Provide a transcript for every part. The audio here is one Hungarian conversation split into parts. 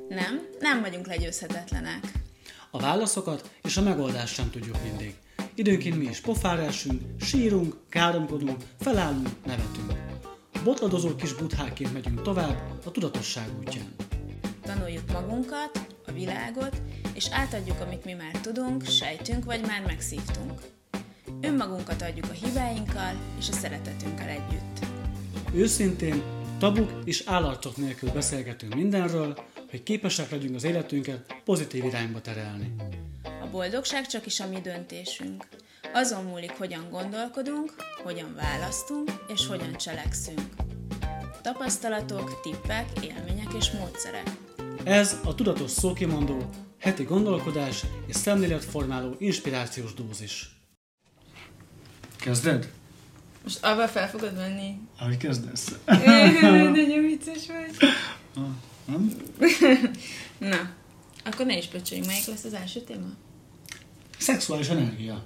Nem vagyunk legyőzhetetlenek. A válaszokat és a megoldást sem tudjuk mindig. Időnként mi is pofára esünk, sírunk, káromkodunk, felállunk, nevetünk. Botladozó kis buddhákként megyünk tovább a tudatosság útján. Tanuljuk magunkat, a világot, és átadjuk, amit mi már tudunk, sejtünk, vagy már megszívtunk. Önmagunkat adjuk a hibáinkkal és a szeretetünkkel együtt. Őszintén, tabuk és állarcok nélkül beszélgetünk mindenről, hogy képesek legyünk az életünket pozitív irányba terelni. A boldogság csak is a mi döntésünk. Azon múlik, hogyan gondolkodunk, hogyan választunk és hogyan cselekszünk. Tapasztalatok, tippek, élmények és módszerek. Ez a tudatos szókimondó, heti gondolkodás és szemléletformáló inspirációs dózis. Kezded? Most abba fel fogod venni? Ahogy kezdesz. Nagyon vicces vagy. Nem? Na, akkor ne is pöcsöljünk. Melyik lesz az első téma? Szexuális energia.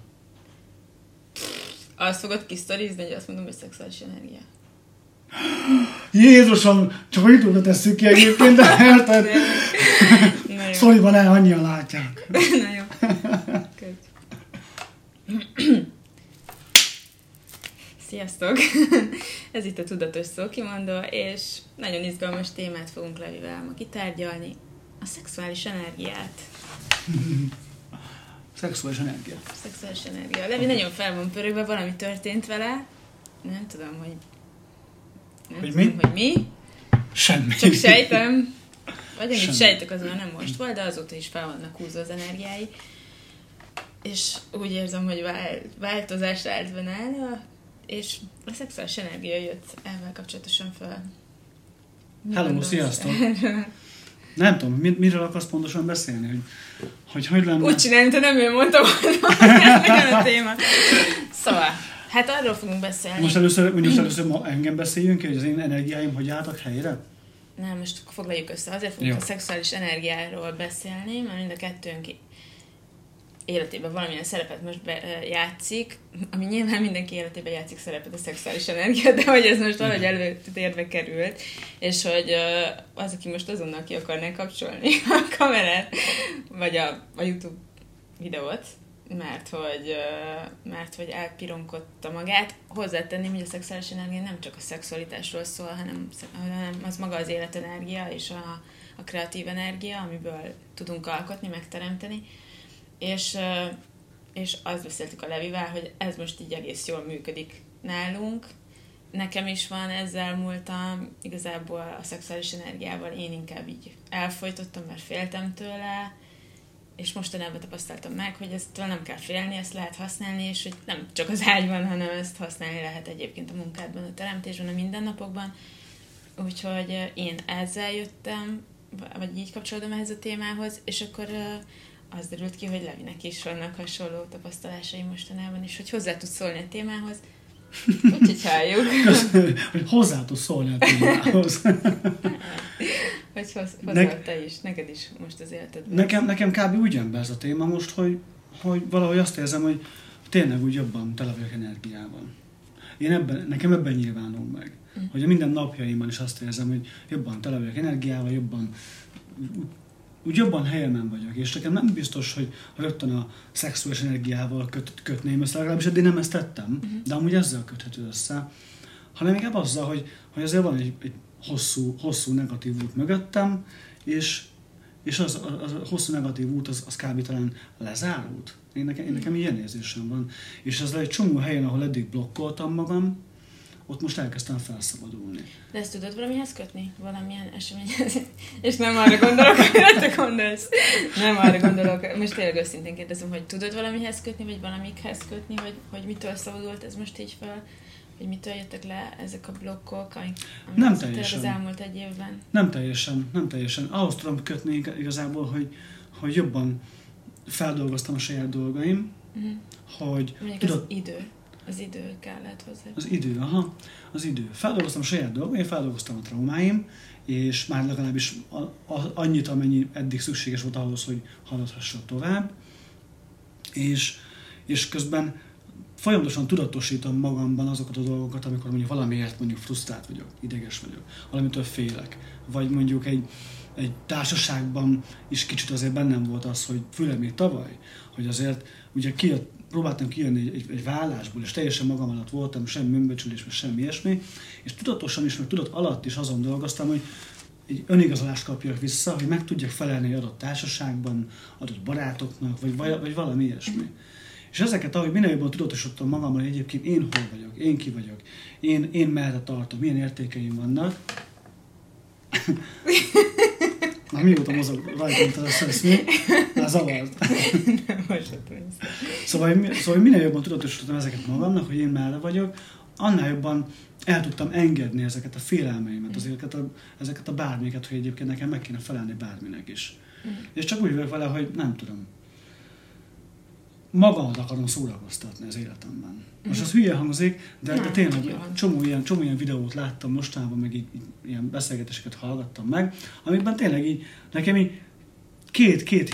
Azt fogod kisztorizni, hogy azt mondom, hogy szexuális energia. Jézusom, csak a YouTube-ra tesszük ki egyébként, de érted? Szoriban annyian látják. Na jó. Sziasztok! Ez itt a Tudatos Szókimondó, és nagyon izgalmas témát fogunk Levivel ma kitárgyalni. A szexuális energiát. Szexuális energia. Szexuális energia. Levi nagyon fel van pörögve, valami történt vele. Nem tudom, hogy... Hogy mi? Semmi. Csak sejtem. Vagy amit sejtek, az már nem most volt, de azóta is fel vannak húzva az energiái. És úgy érzem, hogy változás állt benne, és a szexuális energia jött ezzel kapcsolatosan fel. Hello, sziasztok! Nem tudom, miről akarsz pontosan beszélni? Hogy lenne... Úgy csinálni, te nem ő mondta volna, ez a téma. Szóval, hát arról fogunk beszélni. Most először ma engem beszéljünk, hogy az én energiáim hogy álltak helyre? Nem, most foglaljuk össze. Azért fogunk a szexuális energiáról beszélni, mert mind a kettőnk életében valamilyen szerepet most játszik, ami nyilván mindenki életében játszik szerepet a szexuális energia, de hogy ez most valahogy előtérbe került, és hogy az, aki most azonnal ki akarná kapcsolni a kamerát, vagy a YouTube videót, mert hogy elpironkodta magát, hozzátenném, hogy a szexuális energia nem csak a szexualitásról szól, hanem az maga az életenergia és a kreatív energia, amiből tudunk alkotni, megteremteni. És azt beszéltük a Levivel, hogy ez most így egész jól működik nálunk. Nekem is van ezzel múltam, igazából a szexuális energiával én inkább így elfojtottam, mert féltem tőle, és mostanában tapasztaltam meg, hogy eztől nem kell félni, ezt lehet használni, és hogy nem csak az ágyban, hanem ezt használni lehet egyébként a munkádban, a teremtésben, a mindennapokban. Úgyhogy én ezzel jöttem, vagy így kapcsolódom ehhez a témához, és akkor az derült ki, hogy Levinek is vannak hasonló tapasztalásai mostanában, és hogy hozzá tudsz szólni a témához. Úgyhogy halljuk. Köszönöm, hogy hozzá tudsz szólni a témához. Hogy hozzá te is, neked is most az életedben. Nekem kb. Úgy jön be ez a téma most, hogy valahogy azt érzem, hogy tényleg úgy jobban tele vagyok energiával. Nekem ebben nyilvánul meg. Hogy a minden napjaimban is azt érzem, hogy jobban tele vagyok energiával, jobban helyemen vagyok, és nekem nem biztos, hogy rögtön a szexuális energiával kötném össze, legalábbis eddig nem ezt tettem, de amúgy ezzel köthető össze, hanem inkább azzal, hogy azért van egy hosszú negatív út mögöttem, és az a hosszú negatív út az kb. Talán lezárult. Nekem ilyen érzésem van. És ez egy csomó helyen, ahol eddig blokkoltam magam, ott most elkezdtem felszabadulni. De ezt tudod valamihez kötni? Valamilyen eseményhez? És nem arra gondolok, amire te gondolsz. Nem arra gondolok. Most tényleg őszintén kérdezem, hogy tudod valamihez kötni, vagy valamikhez kötni, hogy mitől szabadult ez most így fel? Hogy mitől jöttek le ezek a blokkok, amik nem teljesen. Az elmúlt egy évben? Nem teljesen. Ahhoz tudom kötni igazából, hogy jobban feldolgoztam a saját dolgaim, hogy... Mondjuk tudod, az idő kellett hozzá. Az idő. Feldolgoztam a saját dolgaim, feldolgoztam a traumáim, és már legalábbis annyit, amennyi eddig szükséges volt ahhoz, hogy haladhassak tovább. És közben folyamatosan tudatosítom magamban azokat a dolgokat, amikor mondjuk valamiért frusztrált vagyok, ideges vagyok, valamitől félek, vagy mondjuk egy társaságban is kicsit azért bennem volt az, hogy főleg még tavaly, hogy azért ugye próbáltam kijönni egy vállásból, és teljesen magam alatt voltam, semmi önbecsülés, semmi ilyesmi, és tudatosan is, meg tudat alatt is azon dolgoztam, hogy egy önigazolást kapjak vissza, hogy meg tudjak felelni egy adott társaságban, adott barátoknak, vagy valami ilyesmi. És ezeket, ahogy minél jobban tudatosodtam magammal, hogy egyébként én hol vagyok, én ki vagyok, én merre tartok, milyen értékeim vannak. Már mióta mozog rajta, mint az összesz mi? Már zavart. Szóval minél jobban tudatosítottam ezeket magamnak, hogy én merre vagyok, annál jobban el tudtam engedni ezeket a félelmeimet, ezeket a bármiket, hogy egyébként nekem meg kéne felelni bárminek is. És csak úgy vagyok vele, hogy nem tudom. Magamat akarom szórakoztatni az életemben. Most az hülye hangzik, de tényleg csomó ilyen videót láttam mostanában, meg így ilyen beszélgetéseket hallgattam meg, amikben tényleg így, nekem így két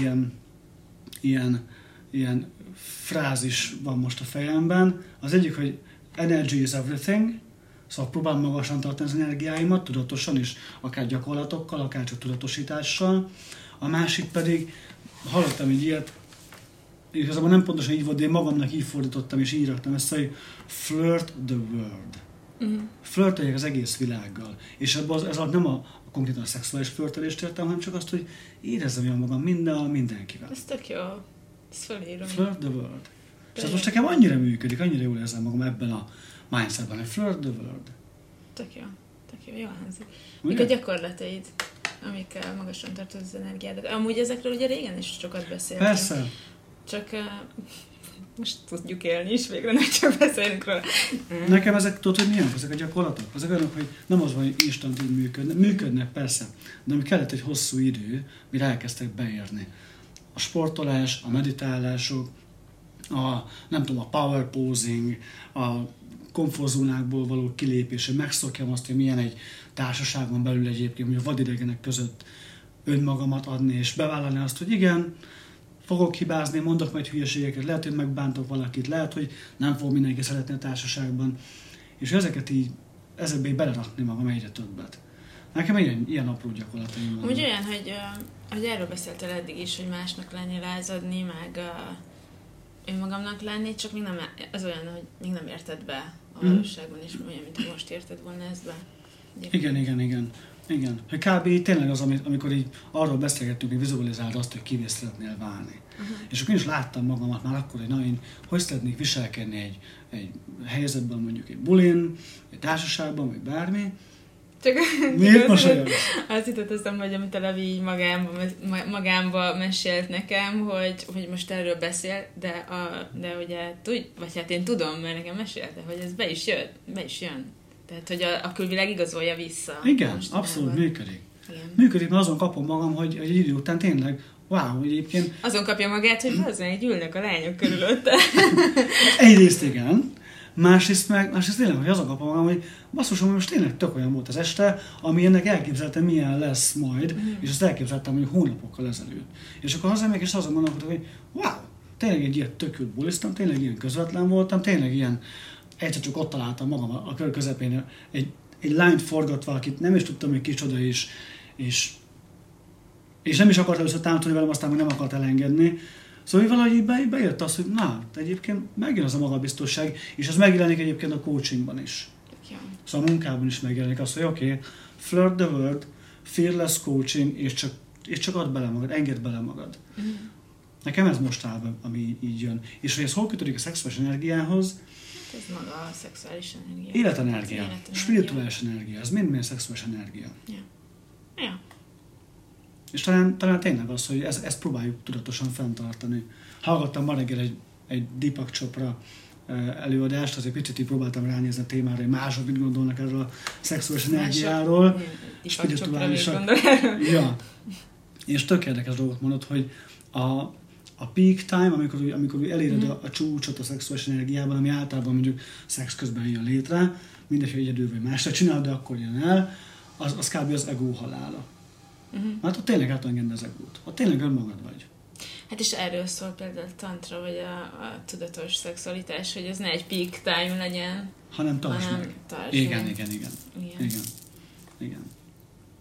ilyen frázis van most a fejemben. Az egyik, hogy energy is everything, szóval próbálom magasan tartani az energiáimat, tudatosan is, akár gyakorlatokkal, akár csak tudatosítással. A másik pedig, hallottam egy ilyet, igazából nem pontosan így volt, de én magamnak így fordítottam, és így raktam ezt, hogy flirt the world. Flirteljek az egész világgal. És ez alatt nem konkrétan a szexuális flirtelést értem, hanem csak azt, hogy érezzem jól magam mindenkivel. Ez tök jó. Ezt felírom. Flirt the world. És ez most nekem annyira működik, annyira jól érzem magam ebben a mindsetben, hogy flirt the world. Tök jó, jól hangzik. Mik a gyakorlataid, amikkel magasan tartod az energiádat? Amúgy ezekről ugye régen is sokat beszéltünk. Persze. Csak most tudjuk élni is, végre nem csak beszélünk róla. Nekem ezek, tudod, hogy milyen ezek a gyakorlatok? Ezek olyanok, hogy nem az van, hogy instant így működnek. Működnek persze, de ami kellett egy hosszú idő, mire elkezdtek beérni. A sportolás, a meditálások, a power posing, a komfortzónákból való kilépés, hogy megszokjam azt, hogy milyen egy társaságon belül egyébként, hogy a vadidegenek között önmagamat adni, és bevállalni azt, hogy igen, fogok hibázni, mondok majd hülyeségeket, lehet, hogy megbántok valakit, lehet, hogy nem fog mindenki szeretni a társaságban, és ezeket így, ezekbe így belerakni magam egyre többet. Nekem ilyen apró gyakorlataim van. Úgy olyan, hogy erről beszéltél eddig is, hogy másnak lenni, lázadni, meg önmagamnak lenni, csak még nem, az olyan, hogy még nem érted be a valóságban is, olyan, mint hogy most érted volna ezt be. Igen. Hogy kb. Tényleg az, amikor így arról beszélgettünk, hogy vizualizáld azt, hogy kivé szeretnél válni. És akkor én is láttam magamat már akkor, hogy én hogy szeretnék viselkedni egy helyzetben, mondjuk egy bulin, egy társaságban, vagy bármi. Csak miért mosolyogsz? Azt jutott eszembe, hogy amit a Levi így magámba mesélt nekem, hogy most erről beszél, de ugye vagy hát én tudom, mert nekem mesélte, hogy ez be is jön. Tehát, hogy a külvilág igazolja vissza. Igen, abszolút működik. Igen. Működik, mert azon kapom magam, hogy egy idő után tényleg, wow, hogy egyébként... Azon kapja magát, hogy azért ülnek a lányok körülötte. Egyrészt igen, másrészt tényleg, hogy azon kapom magam, hogy basszus, hogy most tényleg tök olyan volt az este, ami ennek elképzeltem, milyen lesz majd, és azt elképzeltem mondjuk hónapokkal ezelőtt. És akkor hazamegyek, és azon gondolkodom, hogy wow, tényleg egy ilyet tök jót buliztam, tényleg ilyen közvetlen voltam, tényleg ilyen egyszer csak ott találtam magam a kör közepén egy lányt forgatva, akit nem is tudtam, hogy kicsoda is, és nem is akart először támadni velem, aztán meg nem akart elengedni. Szóval valahogy beért az, hogy na, egyébként megjön az a magabiztosság, és ez megjelenik egyébként a coachingban is. Ja. Szóval a munkában is megjelenik az, hogy oké, flirt the world, fearless coaching, és csak add bele magad, engedd bele magad. Nekem ez mostában, ami így jön. És hogy ez hol kötődik a szexuális energiához? Ez maga a szexuális energia. Életenergia, spirituális energia, ez mind szexuális energia. Ja. És talán tényleg az, hogy ezt próbáljuk tudatosan fenntartani. Hallgattam ma reggel egy Deepak Chopra előadást, azért picit így próbáltam ránézni a témára, hogy mások mit gondolnak erről a szexuális energiáról. Spirituálisak. Ja. És tök érdekes dolgot mondott, hogy a peak time, amikor eléred a csúcsot a szexuális energiában, ami általában mondjuk szex közben jön létre, mindegy, hogy egyedül vagy másra csinál, de akkor jön el, az kb. Az ego halála. Mert ott tényleg átengedni az egót. Ott tényleg önmagad vagy. Hát és erről szól például a tantra, vagy a tudatos szexualitás, hogy ez ne egy peak time legyen, hanem tartsd meg. Igen.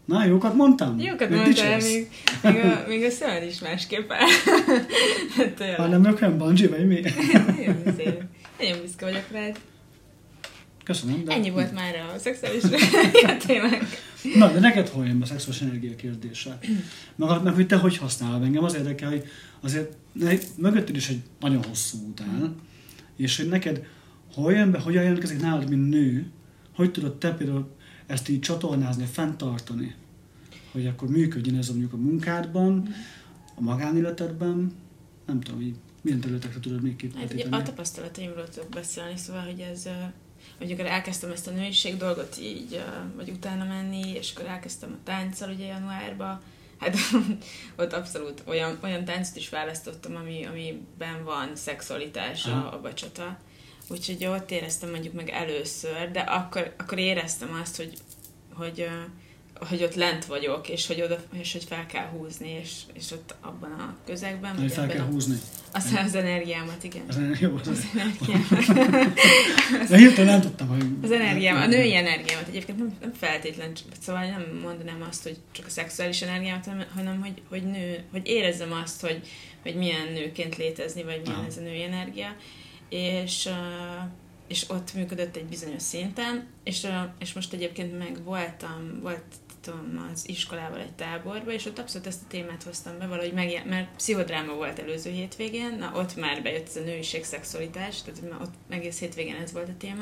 Na, jókat mondtam? Jókat mondtál, még a szemed is másképp áll. Már nem olyan bungee, vagy mi? Nagyon büszke vagyok rád. Köszönöm. De... Ennyi volt már a szexuális témák. Na, de neked hol jön be a szexuális energia kérdése? Meg hogy te hogy használod engem? Az érdekel, hogy azért mögötted is egy nagyon hosszú út áll, és hogy neked hol jön be, hogyan jelentkezik nálad, mint nő, hogy tudod te például ezt így csatornázni, fenntartani, hogy akkor működjön ez mondjuk a munkádban, a magánéletedben, nem tudom, hogy milyen területekre tudod még képíteni. A tapasztalataimról tudok beszélni, szóval, hogy ez, mondjuk elkezdtem ezt a nőiség dolgot így, vagy utána menni, és akkor elkezdtem a tánccal ugye januárban, hát ott abszolút olyan táncot is választottam, amiben van szexualitás, a bacsata. Úgyhogy ott éreztem mondjuk meg először, de akkor éreztem azt, hogy ott lent vagyok, és hogy fel kell húzni, és ott abban a közegben. Hogy fel kell húzni? Az energiámat, igen. Az energiámat. De hirtelen nem tudtam, hogy... Az energiámat, a női energiámat egyébként nem feltétlen, szóval nem mondanám azt, hogy csak a szexuális energiámat, hanem hogy érezzem azt, hogy milyen nőként létezni, vagy milyen ez a női energia. És ott működött egy bizonyos szinten, és most egyébként meg voltam az iskolával egy táborba, és ott abszolút ezt a témát hoztam be, valahogy mert pszichodráma volt előző hétvégén, na ott már bejött ez a nőiség, szexualitás, tehát már ott egész hétvégén ez volt a téma.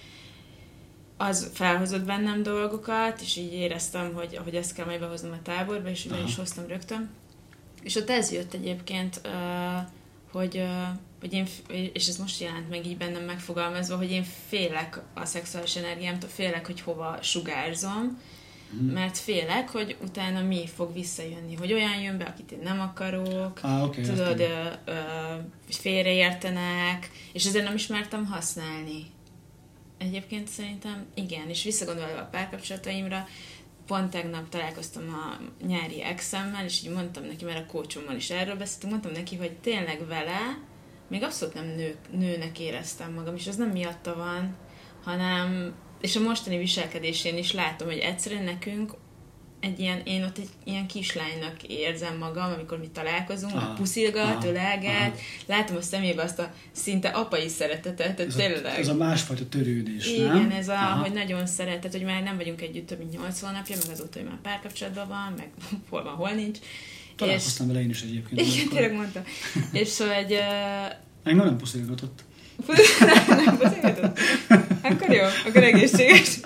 Az felhozott bennem dolgokat, és így éreztem, hogy ezt kell majd behoznom a táborba, és be is hoztam rögtön. És ott ez jött egyébként, hogy én, és ez most jelent meg így bennem megfogalmazva, hogy én félek a szexuális energiámtól, félek, hogy hova sugárzom, mert félek, hogy utána mi fog visszajönni, hogy olyan jön be, akit én nem akarok, tudod, félreértenek, és ezért nem ismertem használni. Egyébként szerintem igen, és visszagondolva a párkapcsolataimra, pont tegnap találkoztam a nyári exemmel, és így mondtam neki, mert a coachommal is erről beszéltünk, mondtam neki, hogy tényleg vele még abszolút nem nőnek éreztem magam, és az nem miatta van, hanem, és a mostani viselkedésén is látom, hogy egyszerűen nekünk én ott egy ilyen kislánynak érzem magam, amikor mi találkozunk, puszilgat, ölelget, látom a szemébe azt a szinte apai szeretetet, tényleg. Ez a másfajta törődés, igen, nem? Ez hogy nagyon szeretet, hogy már nem vagyunk együtt több mint 8 hónapja, meg azóta, hogy már párkapcsolatban van, meg hol van, hol nincs. Találkoztam vele én is egyébként. Igen, tényleg mondta. És hogy... Engem nem puszilgatott. Nem puszilgatott? Akkor jó, akkor egészséges.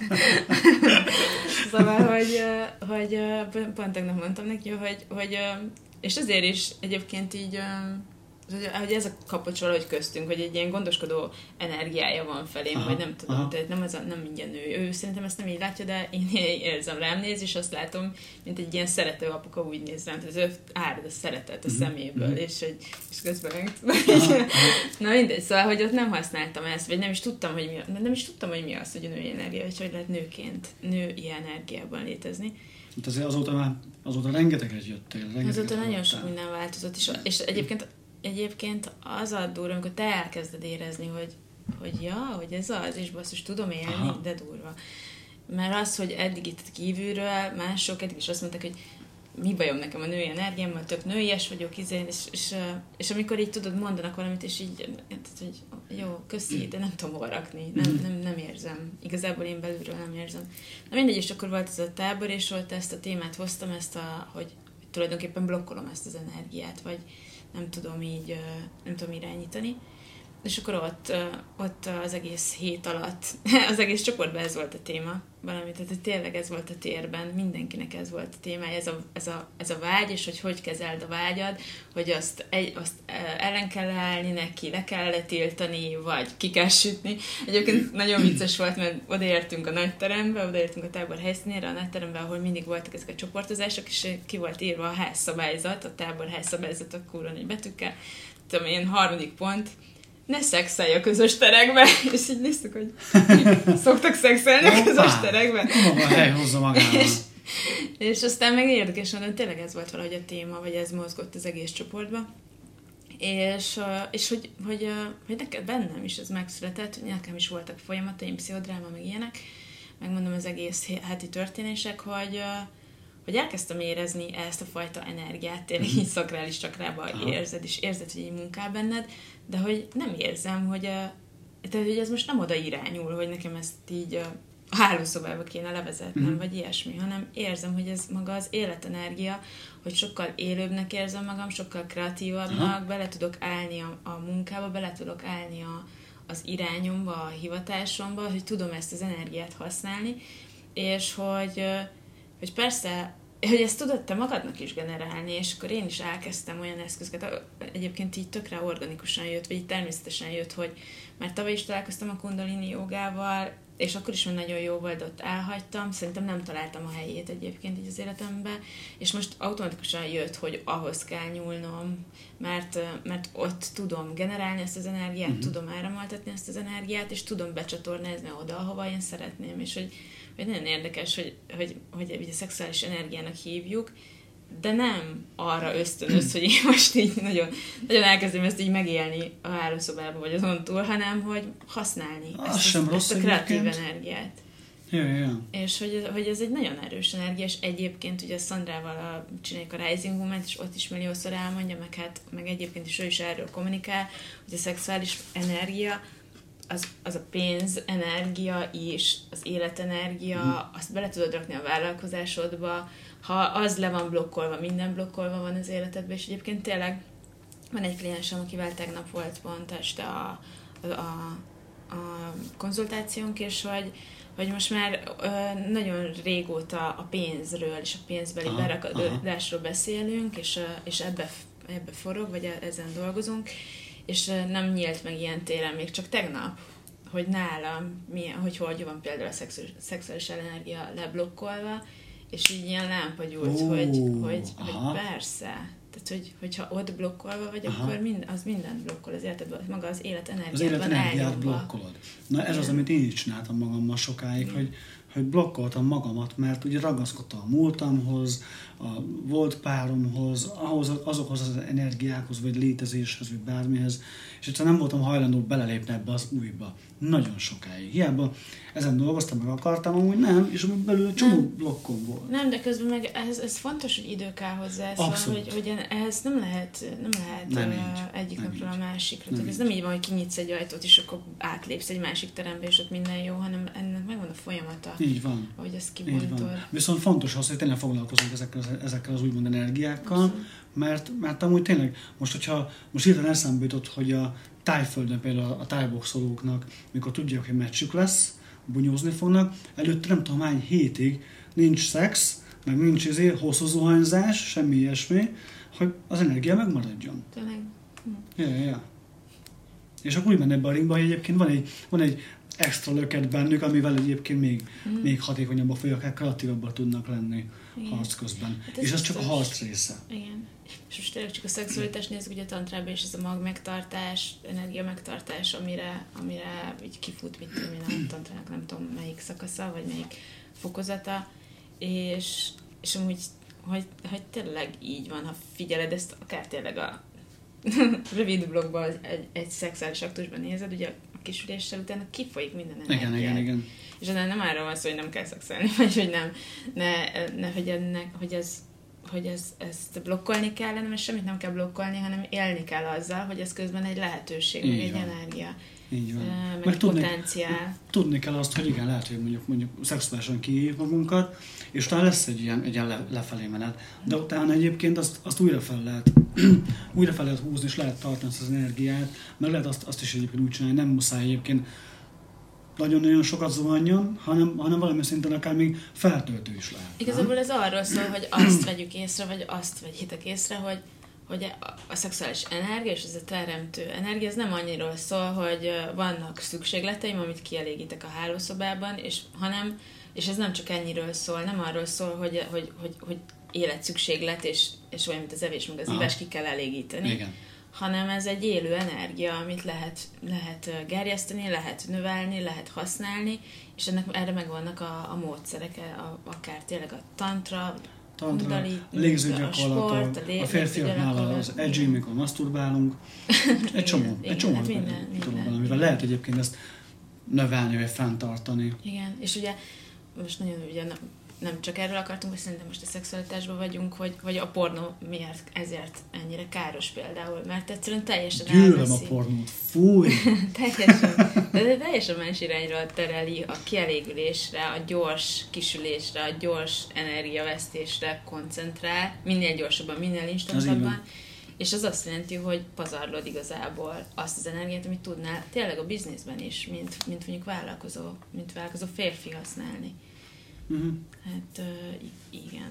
Szóval, hogy pont tegnap mondtam neki, hogy és azért is egyébként így, hogy ez a kapocs valahogy köztünk, hogy egy ilyen gondoskodó energiája van felém, vagy nem tudom, tehát nem ingyen nő. Ő szerintem ezt nem így látja, de én érzem rám néz, és azt látom, mint egy ilyen szerető apuka úgy néz rám, tehát ő árad a szeretet a szeméből, és közben meg na mindegy, szóval, hogy ott nem használtam ezt, vagy nem is tudtam, hogy mi az, hogy a női energia, vagy hogy lehet női energiában létezni. Hát azért azóta rengeteget jöttél. Azóta nagyon sok minden változott, és egyébként az a durva, amikor te elkezded érezni, hogy ez az, és basszus, tudom élni, de durva. Mert az, hogy eddig itt kívülről, mások eddig is azt mondták, hogy mi bajom nekem a női energiámmal, tök nőies vagyok, és amikor így tudod, mondanak valamit, és így, hogy jó, köszi, de nem tudom hol rakni, nem érzem. Igazából én belülről nem érzem. Na mindegy, és akkor volt ez a tábor, és ott ezt a témát hoztam, hogy tulajdonképpen blokkolom ezt az energiát, vagy nem tudom irányítani. És akkor ott az egész hét alatt, az egész csoportban ez volt a téma, valami, tehát tényleg ez volt a térben, mindenkinek ez volt a témája, ez a vágy, és hogy kezeld a vágyad, hogy azt ellen kell állni neki, le kell tiltani, vagy ki kell sütni. Egyébként nagyon vicces volt, mert odaértünk a nagyterembe, odaértünk a tábor helyszínére, a nagyterembe, ahol mindig voltak ezek a csoportozások, és ki volt írva a házszabályzat, a tábor házszabályzat a kurva nagy betűkkel. Tudom én, 3. pont, ne szexelj a közös terekbe, és így néztük, hogy szoktak szexelni a közös terekbe. Maga a hely hozza magával. És aztán meg érdekes mondani, tényleg ez volt valahogy a téma, vagy ez mozgott az egész csoportba. És hogy neked bennem is ez megszületett, hogy nekem is voltak folyamataim, pszichodráma, meg ilyenek, megmondom az egész heti történések, hogy elkezdtem érezni ezt a fajta energiát, tényleg így szakrális csakrában érzed, és érzed, hogy így munkál benned, de hogy nem érzem, tehát, hogy ez most nem oda irányul, hogy nekem ezt így a hálószobába kéne levezetnem, vagy ilyesmi, hanem érzem, hogy ez maga az életenergia, hogy sokkal élőbbnek érzem magam, sokkal kreatívabbnak, bele tudok állni a munkába, bele tudok állni az irányomba, a hivatásomba, hogy tudom ezt az energiát használni, és hogy persze, hogy ezt tudod te magadnak is generálni, és akkor én is elkezdtem olyan eszközöket, egyébként így tökre organikusan jött, vagy így természetesen jött, hogy már tavaly is találkoztam a kundalini jogával, és akkor is nagyon jó volt, de ott elhagytam, szerintem nem találtam a helyét egyébként így az életemben, és most automatikusan jött, hogy ahhoz kell nyúlnom, mert ott tudom generálni ezt az energiát, tudom áramoltatni ezt az energiát, és tudom becsatornázni oda, ahova én szeretném, és hogy nagyon érdekes, hogy a szexuális energiának hívjuk, de nem arra ösztönöz, hogy én most így nagyon, nagyon elkezdem ezt így megélni a hálószobában, vagy azon túl, hanem hogy használni ezt a kreatív energiát. Ja. És hogy ez egy nagyon erős energia, és egyébként ugye Szandrával csináljuk a Rising Woman-t, és ott is milliószor elmondja, meg egyébként is ő is erről kommunikál, hogy a szexuális energia az a pénz energia is, az életenergia, azt bele tudod rakni a vállalkozásodba, ha az le van blokkolva, minden blokkolva van az életedben, és egyébként tényleg van egy kliensem, akivel tegnap volt pont este a konzultációnk, és hogy most már nagyon régóta a pénzről és a pénzbeli berakadásról beszélünk, és ebbe forog, vagy ezen dolgozunk, és nem nyílt meg ilyen téren még csak tegnap, hogy nálam hogy van például a szexuális energia leblokkolva, és így ilyen lámpa gyújt, hogy persze. Tehát, hogyha ott blokkolva vagy, akkor az mindent blokkol az életedben, maga az életenergiát van elnyomva. blokkolod. Na ez az, amit én is csináltam magammal sokáig, hogy blokkoltam magamat, mert ugye ragaszkodtam a múltamhoz, a volt páromhoz, azokhoz az energiákhoz, vagy létezéshez, vagy bármihez, és egyszerűen nem voltam hajlandó belelépni ebbe az újba. Nagyon sokáig. Hiába ezen dolgoztam, meg akartam, amúgy nem, és amúgy belül csomó blokkom volt. Nem, de közben meg ez fontos, hogy idő kell hozzá, szóval, hogy ehhez nem lehet egyik napról a másikra. Tehát ez nem így van, hogy kinyitsz egy ajtót, és akkor átlépsz egy másik terembe, és ott minden jó, hanem ennek megvan a folyamata. Így van. Ahogy ezt kibontod. Viszont fontos az, hogy tényleg foglalkozunk ezekkel az úgymond energiákkal, mert amúgy tényleg, most hirtelen eszembe jutott, hogy a Tájföldön például a tájboxolóknak, mikor tudják, hogy meccsük lesz, bunyózni fognak, előtte nem tudom hány hétig nincs szex, meg nincs hosszú zuhanyzás, semmi ilyesmi, hogy az energia megmaradjon. Tényleg. Ja. És akkor úgy menne ebbe a ringba, hogy egyébként van egy extra löket bennük, amivel egyébként még hatékonyabbak, vagy akár kreatívabbak tudnak lenni harc közben. Hát és ez csak a harc része. Igen. És most tényleg csak a szexualitást nézzük, ugye a tantrában, és ez a mag megtartás, energia megtartás, amire így kifut, a tantrának nem tudom melyik szakasza, vagy melyik fokozata, és amúgy, hogy tényleg így van, ha figyeled ezt, akár tényleg a rövid blogban egy szexuális aktusban nézed, ugye a kisüléssel utána kifolyik minden energia. Igen. És nem arra van szó, hogy nem kell szexuálni, vagy hogy nem, hogy ezt blokkolni kellene, mert semmit nem kell blokkolni, hanem élni kell azzal, hogy ez közben egy lehetőség, meg egy energia. Így van. Meg potenciál. Tudni kell azt, hogy igen, lehet, hogy mondjuk szexuálisan kiéljük magunkat, és utána lesz egy ilyen lefelé menet. De utána egyébként azt újra fel lehet húzni, és lehet tartani azt az energiát, meg lehet azt is egyébként úgy csinálni, nem muszáj egyébként nagyon-nagyon sokat zuhanjon, hanem valami szinten akár még feltöltő is lehet. Igazából ez arról szól, hogy azt vegyük észre, vagy azt vegyétek észre, hogy a szexuális energia és ez a teremtő energia, ez nem annyiról szól, hogy vannak szükségleteim, amit kielégítek a hálószobában, és ez nem csak ennyiről szól, nem arról szól, hogy életszükséglet, és olyan, mint az evés, meg az ivás ki kell elégíteni. Igen. Hanem ez egy élő energia, amit lehet gerjeszteni, lehet növelni, lehet használni, és erre megvannak a módszerek, akár tényleg a tantra, a légzőgyakorlatok, a férfiaknál az edging, mikor masturbálunk, egy csomó dolog van, amivel lehet egyébként ezt növelni, vagy fenntartani. Igen, és ugye most nagyon nem csak erről akartunk beszélni, de most a szexualitásban vagyunk, vagy a pornó miért ezért ennyire káros például, mert egyszerűen teljesen gyűlöm a pornót, fúj! teljesen más irányra tereli a kielégülésre, a gyors kisülésre, a gyors energiavesztésre koncentrál, minél gyorsabban, minél instantabban, és az azt jelenti, hogy pazarlod igazából azt az energiát, amit tudnál tényleg a bizniszben is, mint mondjuk vállalkozó férfi használni. Hát igen.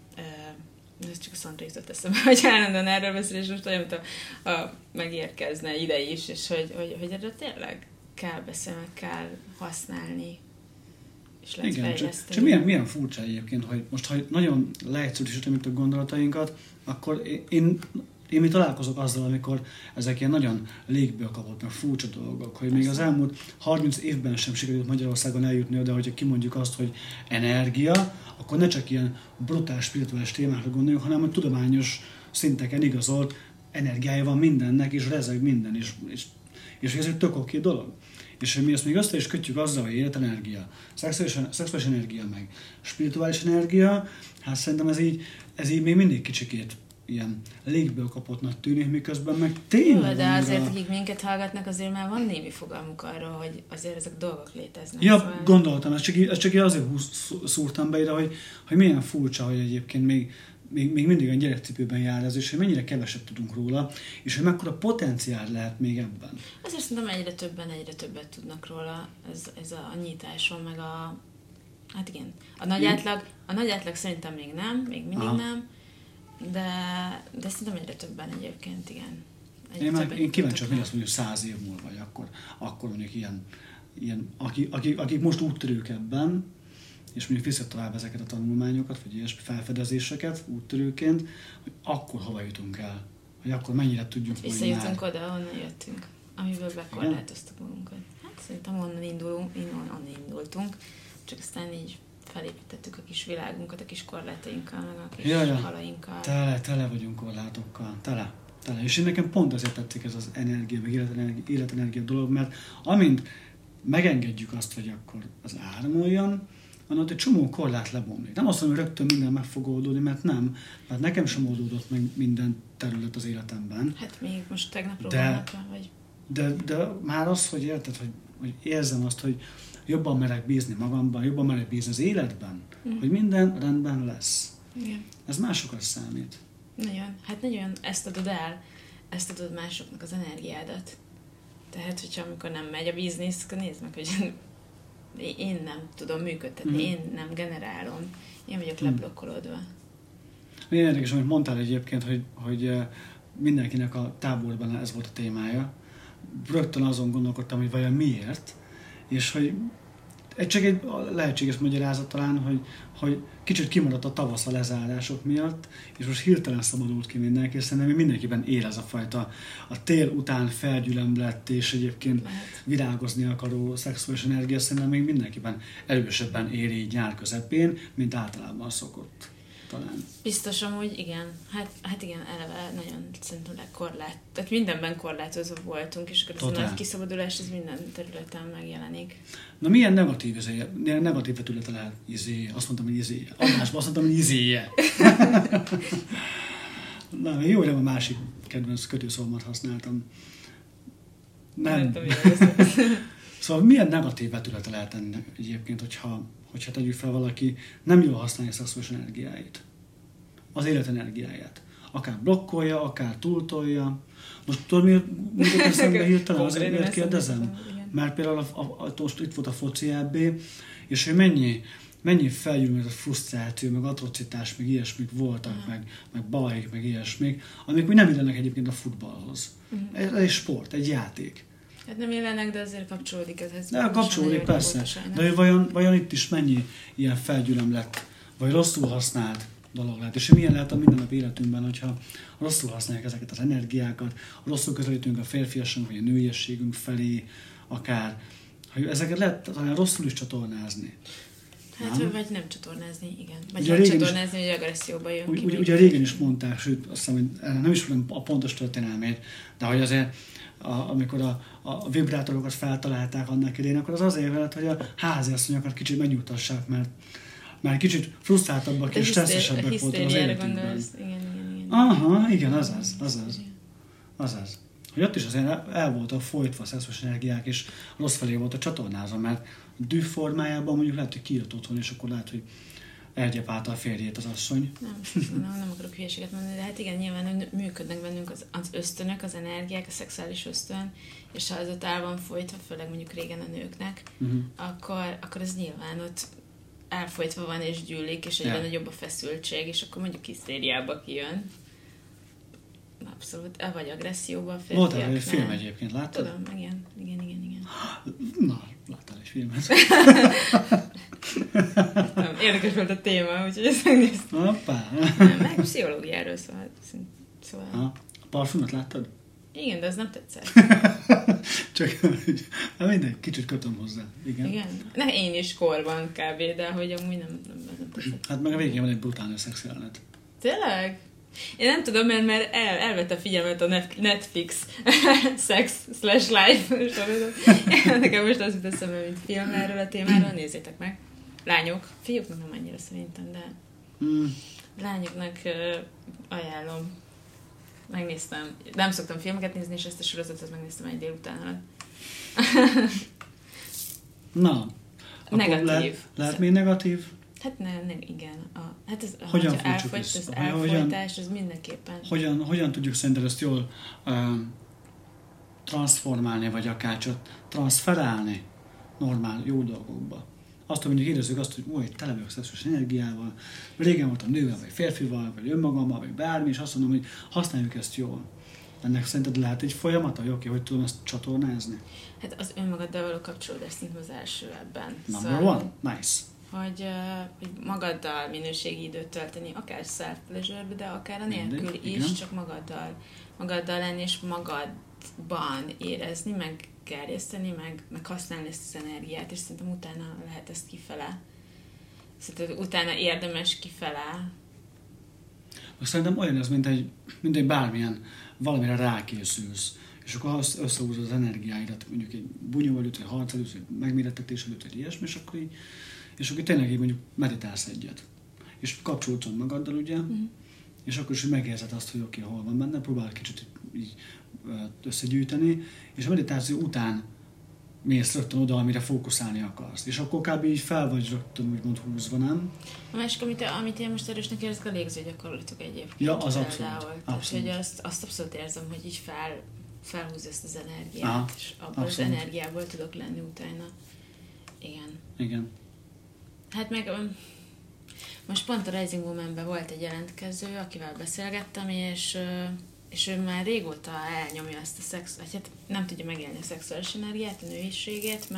Ez csak a Szandra jutott eszembe, hogy állandóan erről beszél, és most olyan, mint a megérkezne ide is, és hogy erről tényleg kell beszélni, kell használni, és lehet fejleszteni. Csak milyen furcsa egyébként, hogy most, ha nagyon leegyszerűsítem itt a gondolatainkat, akkor én mi találkozok azzal, amikor ezek ilyen nagyon légből kapott, meg furcsa dolgok, hogy még az elmúlt 30 évben sem sikerült Magyarországon eljutni oda, hogyha kimondjuk azt, hogy energia, akkor ne csak ilyen brutális spirituális témákra gondoljunk, hanem a tudományos szinteken igazolt energiája van mindennek, és rezeg minden, és ez egy tök oké dolog. És mi ezt még össze is kötjük azzal, hogy életenergia, szexuális energia, meg spirituális energia, hát szerintem ez így még mindig kicsikét ilyen légből kapottnak tűnik, miközben meg tényleg... De azért, akik minket hallgatnak, azért már van némi fogalmuk arról, hogy azért ezek dolgok léteznek. Ja, szóval... gondoltam, ezt csak azért szúrtam be ide, hogy milyen furcsa, hogy egyébként még mindig a gyerekcipőben jár ez, és hogy mennyire keveset tudunk róla, és hogy mekkora potenciál lehet még ebben. Azért szerintem egyre többet tudnak róla, ez a nyitáson, meg a... Hát igen, a nagy átlag szerintem még még mindig nem, de szerintem egyre többen egyébként, igen. Én kíváncsi, hogy mi lesz mondjuk 100 év múlva, vagy akkor mondjuk ilyen akik most úttörők ebben, és mondjuk viszont tovább ezeket a tanulmányokat, vagy ilyesmi felfedezéseket úttörőként, hogy akkor hova jutunk el, hogy akkor mennyire tudjuk hát visszajutunk oda, ahonnan jöttünk, amiből bekorlátoztuk magunkat. Hát szerintem onnan indultunk, csak aztán így felépítettük a kis világunkat, a kis korlátainkkal, meg a kis halainkkal. Tele vagyunk korlátokkal, tele. És én nekem pont azért tetszik ez az energia, meg életenergia dolog, mert amint megengedjük azt, hogy akkor az áramoljon, van ott egy csomó korlát lebomlik. Nem azt mondom, hogy rögtön minden meg fog oldódni, mert nem. Mert nekem sem oldódott meg minden terület az életemben. Hát még most tegnapról napra, vagy... De már az, hogy érted, hogy érzem azt, hogy jobban merek bízni magamban, jobban merek bízni az életben, hogy minden rendben lesz. Igen. Ez másokat számít. Nagyon, ezt adod másoknak az energiádat. Tehát, hogyha amikor nem megy a biznisz, akkor nézd meg, hogy én nem tudom működtetni, én nem generálom, én vagyok leblokkolódva. Milyen érdekes, amit mondtál egyébként, hogy mindenkinek a táborban ez volt a témája. Rögtön azon gondolkodtam, hogy vajon miért, és hogy csak egy lehetséges magyarázat talán, hogy kicsit kimaradt a tavasz a lezárások miatt, és most hirtelen szabadult ki mindenki, és szerintem mindenkiben él ez a fajta a tél után felgyülemlett, és egyébként virágozni akaró szexuális energia, szerintem még mindenkiben erősebben él így nyár közepén, mint általában szokott. Talán. Biztos amúgy, igen. Hát igen, eleve nagyon szerintem tehát mindenben korlátozva voltunk, és akkor ez a nagy kiszabadulás, ez minden területen megjelenik. Na milyen negatív vetülete lehet azt mondtam, hogy izéje. Adásban azt mondtam, hogy izéje. Na, jó, hogy nem a másik kedvenc kötőszómat használtam. Nem. Szóval milyen negatív vetülete lehet ennek egyébként, hogyha tegyük fel valaki nem jól használja a szexuális energiáit, az életenergiáját. Akár blokkolja, akár túltolja. Most tudod, miért eszembe hirtelen, azért kérdezem? Mert például most itt volt a foci EB, és hogy mennyi felgyűlölt frusztráció, meg atrocitás, meg ilyesmik voltak, meg bajik, meg ilyesmik, amik még nem illenek egyébként a futballhoz. Ez egy sport, egy játék. Hát nem illenek, de azért kapcsolódik ez. De kapcsolódik, persze. De vajon itt is mennyi ilyen felgyülemlett, vagy rosszul használt dolog lehet? És milyen lehet a mindennapi életünkben, hogyha rosszul használják ezeket az energiákat, rosszul közelítünk a férfiasság, vagy a nőiességünk felé, akár, hogy ezeket lehet talán rosszul is csatornázni. Hát, vagy nem csatornázni, igen. Vagy nem csatornázni, hogy agresszióba jön ki. Ugye régen is mondták, sőt, azt hiszem, hogy nem is tudom a pontos történelmét, de hogy azért amikor a vibrátorokat feltalálták annak idején, akkor az azért volt, hogy a háziasszonyokat kicsit megnyugtassák, mert már kicsit frusztráltabbak és stresszesebbek voltak az életünkben. Igen. Aha, igen, azaz. Hogy ott is azért el voltak folytva a szexuális energiák, és rossz felé volt a csatornázva, mert a düh formájában mondjuk lehet, hogy kijött otthon, és akkor lehet, hogy elgyepálta a férjét az asszony. Nem akarok hülyeséget mondani, de hát igen, nyilván működnek bennünk az ösztönök, az energiák, a szexuális ösztön, és ha az ott el van folytva, főleg mondjuk régen a nőknek, akkor ez nyilván ott elfolytva van és gyűlik, és egyre nagyobb a feszültség, és akkor mondjuk hisztériába kijön. Abszolút, vagy agresszióba a férfiaknál. Volt erről egy film egyébként, láttad? Tudom, igen. Na, láttál egy filmet. Érdekes volt a téma, úgyhogy ezt megnéztem. Hoppá. Meg pszichológiáról szóval. A parfümöt láttad? Igen, de az nem tetszett. Csak mindegy, kicsit kötöm hozzá. Igen? Én is korban kb, de hogy amúgy nem tetszett. Hát meg a végén van egy brutális szexjelenet. Tényleg? Én nem tudom, mert elvette a figyelmet a Netflix sex/life sorozat. Nekem most az jut eszembe, mint film erről a témáról, nézzétek meg. Lányok, fiúknak nem annyira szerintem, de lányoknak ajánlom. Megnéztem. Nem szoktam filmeket nézni, és ezt a sorozatot megnéztem egy délután alatt. Na, negatív. Lehet még negatív? Hát nem, igen. Hát ez, hogyan az elfolytás, az mindenképpen. Hogyan tudjuk szerinted ezt jól transformálni, vagy akár csak transferálni normál, jó dolgokba? Azt, hogy mondjuk érezzük azt, hogy tele vagyok szexuális energiával, régen voltam nővel, vagy férfival, vagy önmagammal, vagy bármi, és azt mondom, hogy használjuk ezt jól. Ennek szerinted lehet egy folyamata, hogy tudom ezt csatornázni? Hát az önmagaddal való kapcsolódás szerintem az első ebben. Number one. Nice. Hogy magaddal minőségi időt tölteni, akár self-pleasure-be, de akár a nélkül is, igen. Csak magaddal lenni, és magadban érezni, meg gerjeszteni, meg használni ezt az energiát, és szerintem utána lehet ezt kifele. Szerintem utána érdemes kifele. Szerintem olyan ez, mint egy bármilyen valamire rákészülsz, és akkor összehúzod az energiáidat, mondjuk egy bunyó előtt, egy harc előtt, egy megmérettetés előtt, egy ilyesmi, és akkor tényleg így mondjuk meditálsz egyet. És kapcsolódsz magaddal, ugye, és akkor is megérzed azt, hogy oké, hol van benne, próbál kicsit így összegyűjteni, és a meditáció után mész rögtön oda, amire fókuszálni akarsz. És akkor kb. Így fel vagy rögtön úgymond húzva, nem? A másik, amit én most erősnek érzek, a légzőgyakorlatok egyébként. Ja, az abszolút. Tehát, hogy azt abszolút érzem, hogy így felhúz ezt az energiát, és abban az energiából tudok lenni utána. Igen. Hát meg most pont a Rising Woman-ben volt egy jelentkező, akivel beszélgettem, és ő már régóta elnyomja ezt a hát nem tudja megélni a szexuális energiát, a nőiségét,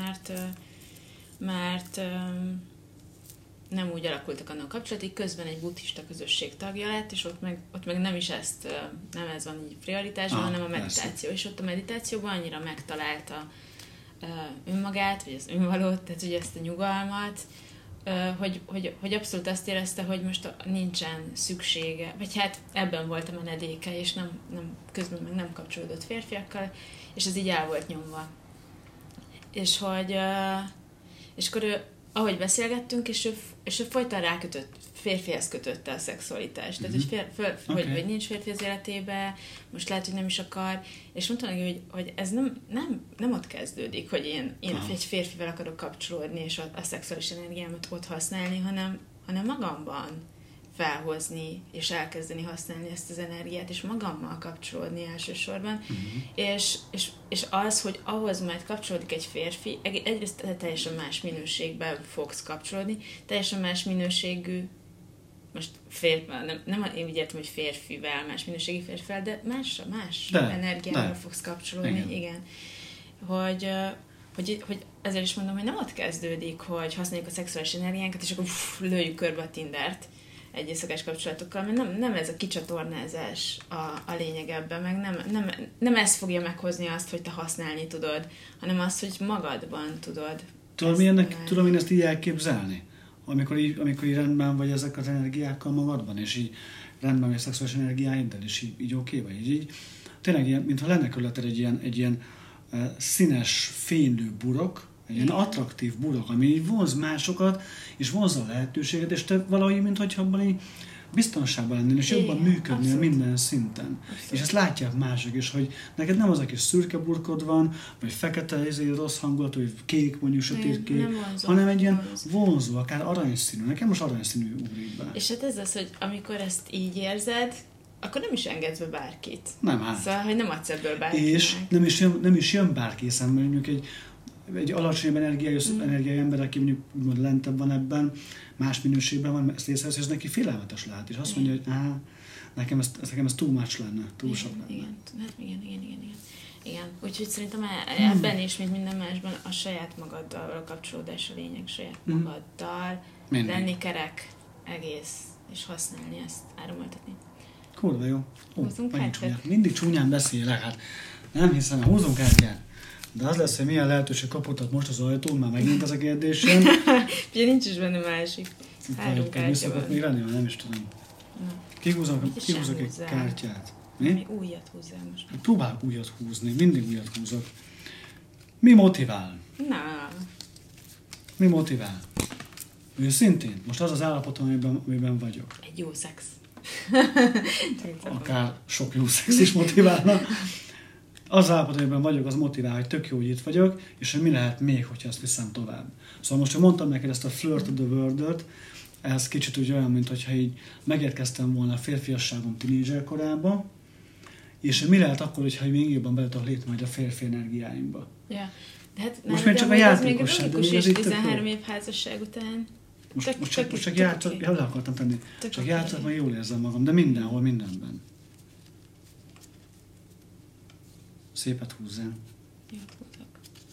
mert nem úgy alakultak annak kapcsolatig, közben egy buddhista közösség tagja lett, és ott meg nem is nem ez van így prioritásban, hanem a meditáció. Persze. És ott a meditációban annyira megtalálta önmagát, vagy az önvalót, tehát ugye ezt a nyugalmat, hogy abszolút azt érezte, hogy most nincsen szüksége, vagy hát ebben volt a menedéke, és nem közben meg nem kapcsolódott férfiakkal, és ez így el volt nyomva. És akkor ő, ahogy beszélgettünk, és ő folyton rákötött, férfihez kötötte a szexualitást. Tehát, hogy nincs férfi az életében, most lehet, hogy nem is akar, és mondta neki, hogy ez nem ott kezdődik, hogy én egy férfivel akarok kapcsolódni, és a szexuális energiámat ott használni, hanem magamban felhozni, és elkezdeni használni ezt az energiát, és magammal kapcsolódni elsősorban. És az, hogy ahhoz majd kapcsolódik egy férfi, egyrészt teljesen más minőségben fogsz kapcsolódni, teljesen más minőségű, most nem én úgy értem, hogy férfivel, más minőségi férfivel, de más energiával fogsz kapcsolódni. Igen. Hogy ezért is mondom, hogy nem ott kezdődik, hogy használjuk a szexuális energiánkat, és akkor lőjük körbe a Tindert egy éjszakás kapcsolatokkal, mert nem ez a kicsatornázás a lényeg ebben, meg nem ez fogja meghozni azt, hogy te használni tudod, hanem azt, hogy magadban tudod. Tudom én ezt így elképzelni? Amikor így rendben vagy ezek az energiákkal magadban, és így rendben vagy a szexuális energiáiddal, és így oké vagy. Így tényleg ilyen, mintha lenne körülötted egy ilyen színes, fénylő burok, Egy ilyen attraktív burok, ami így vonz másokat, és vonzza a lehetőséget, és te valahogy, mintha abban így biztonságban lennél, és jobban működnél minden szinten. Abszolút. És ezt látják mások is, hogy neked nem az a kis szürke burkod van, vagy fekete, rossz hangulatú, vagy kék, mondjuk sötét kék, hanem egy ilyen vonzó, akár aranyszínű. Nekem most aranyszínű ugrik be. És hát ez az, hogy amikor ezt így érzed, akkor nem is engedsz be bárkit. Nem, hát. Szóval, hogy nem adsz ebből bárkinek. És nem is jön bárki, hiszen mondjuk egy alacsonyabb energiájú ember, aki mondjuk úgymond lentebb van ebben, más minőségben van, ezt észrevesz, és neki félelmetes lehet. És azt mondja, hogy nekem ez too much lenne, túl sok lenne. Igen. Úgyhogy szerintem ebben is, mint minden másban, a saját magaddal való kapcsolódás a lényeg, saját magaddal lenni kerek egész, és használni ezt, áramoltatni. Kurva jó. Mindig csúnyán beszélek, hát nem hiszem, húzunk kártyát. De az lesz, hogy milyen lehetőség kapottak most az ajtón, már megint ez a kérdésem. Ugye nincs is benne másik. 3 kártya van. Még lenni, nem is tudom. Kihúzok egy kártyát. Mi újat húzzál most. Próbálok újat húzni, mindig újat húzok. Mi motivál? Mi motivál? Őszintén? Most az az állapotom, amiben vagyok. Egy jó szex. Akár sok jó szex is motiválna. Az állapot, amiben vagyok, az motivál, hogy tök jó, hogy itt vagyok, és hogy mi lehet még, hogyha ezt viszem tovább. Szóval most, hogy mondtam neked ezt a flirt of the world-öt, ez kicsit úgy olyan, mint hogyha így megérkeztem volna a férfiasságom tinédzser korába, és mi lehet akkor, hogyha még jobban bele tudok lépni majd a férfi energiáimba. Ja. De hát most még csak a játékosság, de még az is 13 év házasság után. Most csak játszok, le akartam tenni. Csak játszok, majd jól érzem magam, de mindenhol, mindenben. Szépet húzzál. Jót húzok.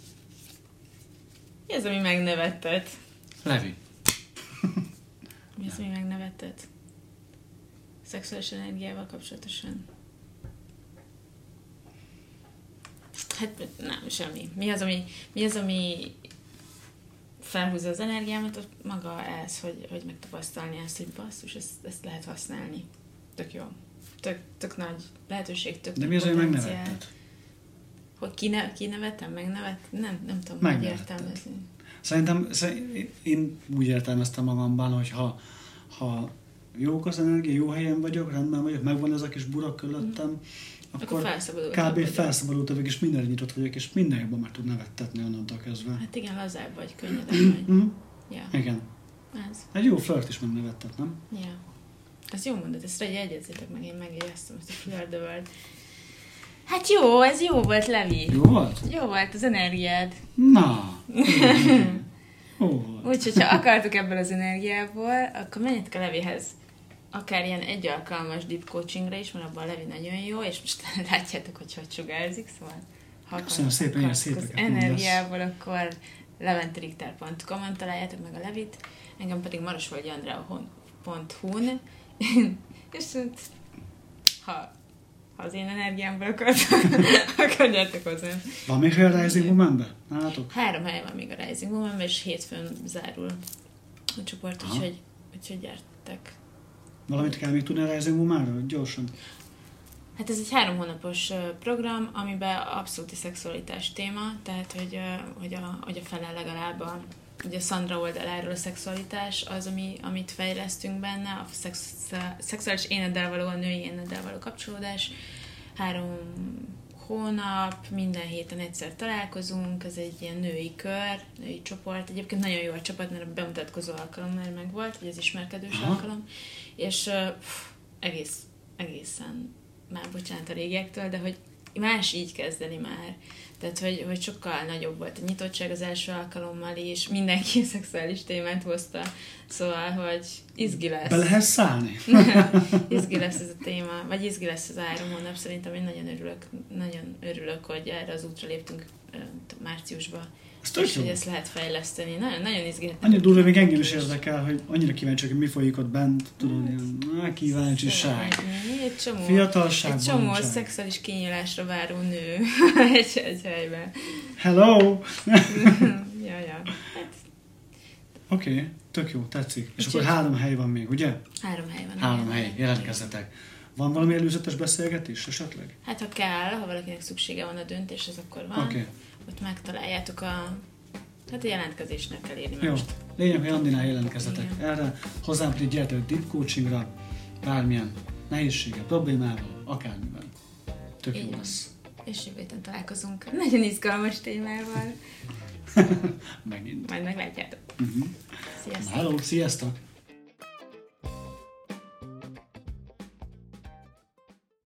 Mi az, ami megnevettet? Levi. Mi az, ami megnevettet? Szexuális energiával kapcsolatosan? Hát nem, semmi. Mi az, ami felhúzza az energiámat? Ott maga ez, hogy megtapasztalni ezt, hogy basszus, ezt lehet használni. Tök jó. Tök nagy lehetőség, tök de mi az, hogy megnevetted? Hogy kinevettem, megnevettem? Nem tudom, hogy értelmezni. Szerintem én úgy értelmeztem magamban, hogy ha jók az energia, jó helyen vagyok, rendben vagyok, megvan ez a kis burak körülöttem, akkor kb. Felszabadultam, és mindenre nyitott vagyok, és minden jobban meg tud nevettetni onnantól kezdve. Hát igen, lazább vagy, könnyedebb vagy. Ja. Igen. Ez. Egy jó flirt is megnevettet, nem? Ja. Ez jó mondat, ezt jegyezzétek meg, én megjegyeztem ezt a flirt the world. Hát jó, ez jó volt, Levi. Jó volt? Jó volt az energiád. Na. Úgyhogy, ha akartuk ebből az energiából, akkor menjetek a Levihez. Akár ilyen egy alkalmas deep coachingra is, mert abban a Levi nagyon jó, és most látjátok, hogy sugárzik, szóval ha köszönöm szépen, ilyen az energiából, akkor leventiriktár.com-on találjátok meg a Levit, engem pedig marosvölgyandrea.hu-n, és ha az én energiámból akartok, akkor gyertek hozzám. Van még hely a Rising Woman-be? Nálatok? 3 hely van még a Rising Woman-be, és hétfőn zárul a csoport, úgyhogy gyertek. Valamit kell még tudni a Rising Woman-ról? Gyorsan. Hát ez egy 3 hónapos program, amiben abszolút szexualitás téma, tehát hogy a fele legalább ugye a Szandra oldaláról a szexualitás az, amit fejlesztünk benne, a szexuális éneddel való, a női éneddel való kapcsolódás. 3 hónap, minden héten egyszer találkozunk, ez egy ilyen női kör, női csoport. Egyébként nagyon jó a csapat, mert a bemutatkozó alkalom már megvolt, vagy az ismerkedős alkalom, és egészen már bocsánat a régiektől, de hogy más így kezdeni már. Tehát, hogy sokkal nagyobb volt a nyitottság az első alkalommal is, mindenki szexuális témát hozta, szóval, hogy izgi lesz. Be lehet szállni. Izgi lesz ez a téma, vagy izgi lesz az 3 hónap, szerintem én nagyon örülök, hogy erre az útra léptünk márciusban. És hogy ezt lehet fejleszteni. Nagyon izgi. Annyi durva, még engem is érdekel, hogy annyira kíváncsiak, hogy mi folyik ott bent, tudod, ilyen kíváncsiság. Fiatalságban. Egy csomó szexuális kinyílásra váró nő egy helyben. Hello! Ja. Oké, tök jó, tetszik. És akkor 3 hely van még, ugye? 3 hely van. 3 hely, jelentkezzetek. Van valami előzetes beszélgetés esetleg? Hát ha kell, ha valakinek szüksége van a döntéshez, akkor van. Okay. Ott megtaláljátok a Hát a jelentkezésnek kell érni Jó, most. lényeg, hogy Andinál jelentkezzetek Igen. erre, hozzám pedig gyertek deep coachingra, bármilyen nehézséggel, problémával, akármivel. Tök jó Igen. lesz. És jövő héten találkozunk nagyon izgalmas témával. Megint. Majd meglátjátok. Uh-huh. Sziasztok! Hello, sziasztok!